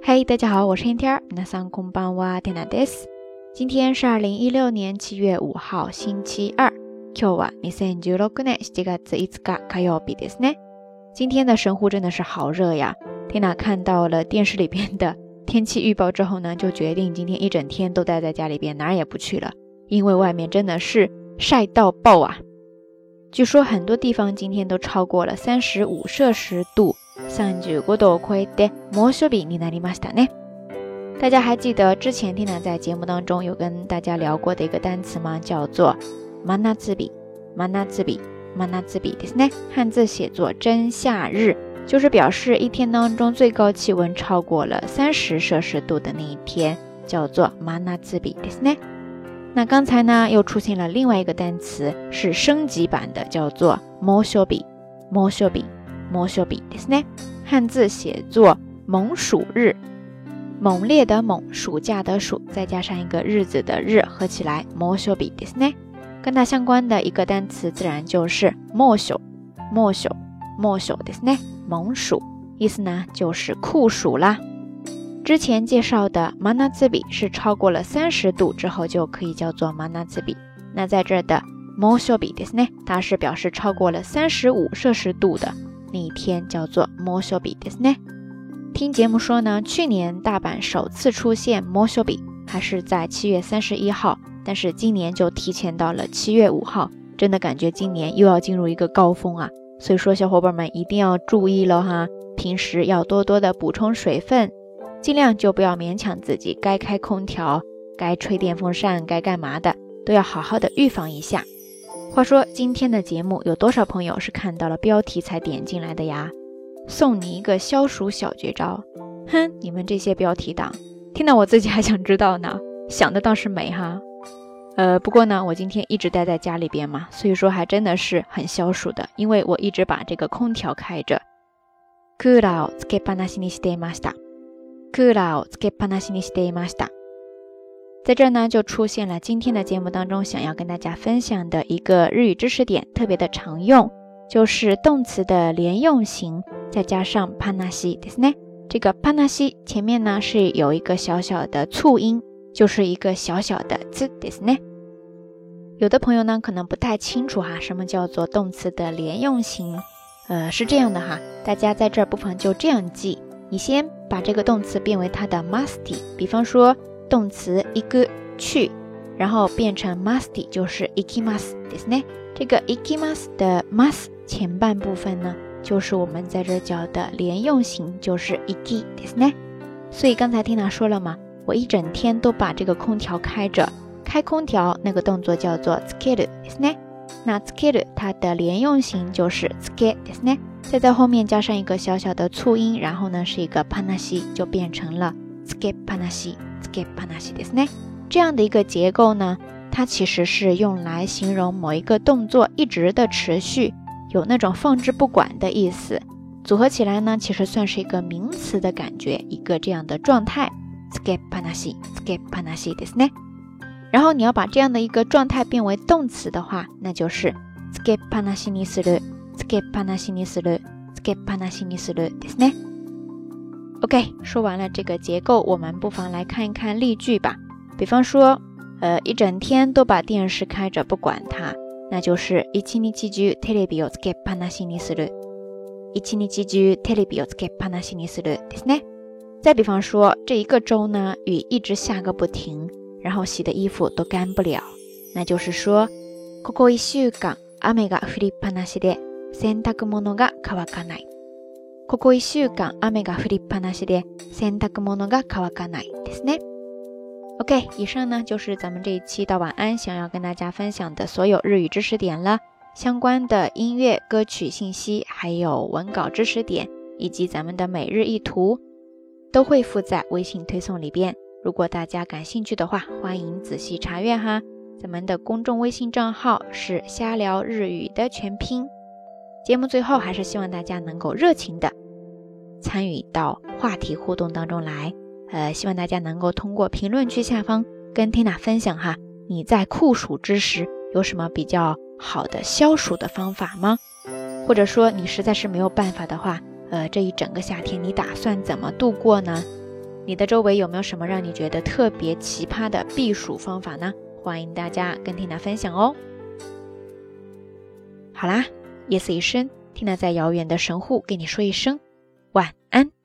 嘿，大家好，我是天天，皆さんこんばんは、テナです。今天是2016年7月5号星期二。今日は2016年7月5日火曜日ですね。今天的神户真的是好热呀。天娜看到了电视里边的天气预报之后呢，就决定今天一整天都待在家里边，哪儿也不去了，因为外面真的是晒到爆啊。据说很多地方今天都超过了35摄氏度。35度を超えて猛暑日になりましたね。大家还记得之前天娜在节目当中有跟大家聊过的一个单词吗？叫做真夏日。真夏日、真夏日ですね。汉字写作真夏日，就是表示一天当中最高气温超过了30摄氏度的那一天，叫做真夏日ですね。那刚才呢又出现了另外一个单词，是升级版的，叫做猛暑日。猛暑日、猛暑日ですね。汉字写作猛暑日，猛烈的猛，暑假的暑，再加上一个日子的日，合起来猛暑日ですね。跟它相关的一个单词自然就是猛暑。猛暑、猛暑ですね。猛暑，意思呢就是酷暑啦。之前介绍的真夏日是超过了30度之后就可以叫做真夏日。那在这的猛暑日ですね，它是表示超过了35摄氏度的那一天，叫做猛暑日ですね。听节目说呢，去年大阪首次出现猛暑日还是在7月31号，但是今年就提前到了7月5号，真的感觉今年又要进入一个高峰啊。所以说小伙伴们一定要注意了哈，平时要多多的补充水分，尽量就不要勉强自己，该开空调、该吹电风扇、该干嘛的都要好好的预防一下。话说今天的节目有多少朋友是看到了标题才点进来的呀？送你一个消暑小绝招。哼，你们这些标题党，听到我自己还想知道呢，想的倒是美哈。不过呢，我今天一直待在家里边嘛，所以说还真的是很消暑的，因为我一直把这个空调开着。クーラーをつけっぱなしにしていました。クーラーをつけっぱなしにしていました。在这呢就出现了今天的节目当中想要跟大家分享的一个日语知识点，特别的常用，就是动词的连用型再加上パナシですね。这个パナシ前面呢是有一个小小的促音，就是一个小小的字ですね。有的朋友呢可能不太清楚哈，什么叫做动词的连用型。是这样的哈，大家在这儿不妨就这样记，你先把这个动词变为它的 must， 比方说动词行く去，然后变成 must 就是行きますですね。这个行きます的 must 前半部分呢，就是我们在这教的连用型，就是行きですね。所以刚才听他说了嘛，我一整天都把这个空调开着，开空调那个动作叫做つけるですね。那つける它的連用型就是つけですね，再在后面加上一个小小的促音，然后呢是一个パナシ，就变成了つけっぱなし、つけっぱなしですね。这样的一个结构呢，它其实是用来形容某一个动作一直的持续，有那种放之不管的意思。组合起来呢，其实算是一个名词的感觉，一个这样的状态。つけっぱなし、つけっぱなしですね。然后你要把这样的一个状态变为动词的话，那就是つけっぱなしにする、つけっぱなしにする、つけっぱなしにするですね。OK， 说完了这个結構，我们不妨来看一看例句吧。比方说，一整天都把电视开着不管它，那就是一日中テレビをつけっぱなしにする。一日中テレビをつけっぱなしにするですね。再比方说，这一个周呢，雨一直下个不停，然后洗的衣服都干不了，那就是说，ここ1週間雨が降りっぱなしで洗濯物が乾かない。ここ1週間雨が降りっぱなしで洗濯物が乾かないですね。OK， 以上呢就是咱们这一期到晚安想要跟大家分享的所有日语知识点了。相关的音乐歌曲信息，还有文稿知识点，以及咱们的每日一图，都会附在微信推送里边。如果大家感兴趣的话，欢迎仔细查阅哈。咱们的公众微信账号是瞎聊日语的全拼。节目最后还是希望大家能够热情的参与到话题互动当中来。希望大家能够通过评论区下方跟 Tina 分享哈，你在酷暑之时有什么比较好的消暑的方法吗？或者说你实在是没有办法的话，这一整个夏天你打算怎么度过呢？ 你的周围有没有什么让你觉得特别奇葩的避暑方法呢？欢迎大家跟缇娜分享哦。好啦，夜色已深，缇娜在遥远的神户跟你说一声晚安。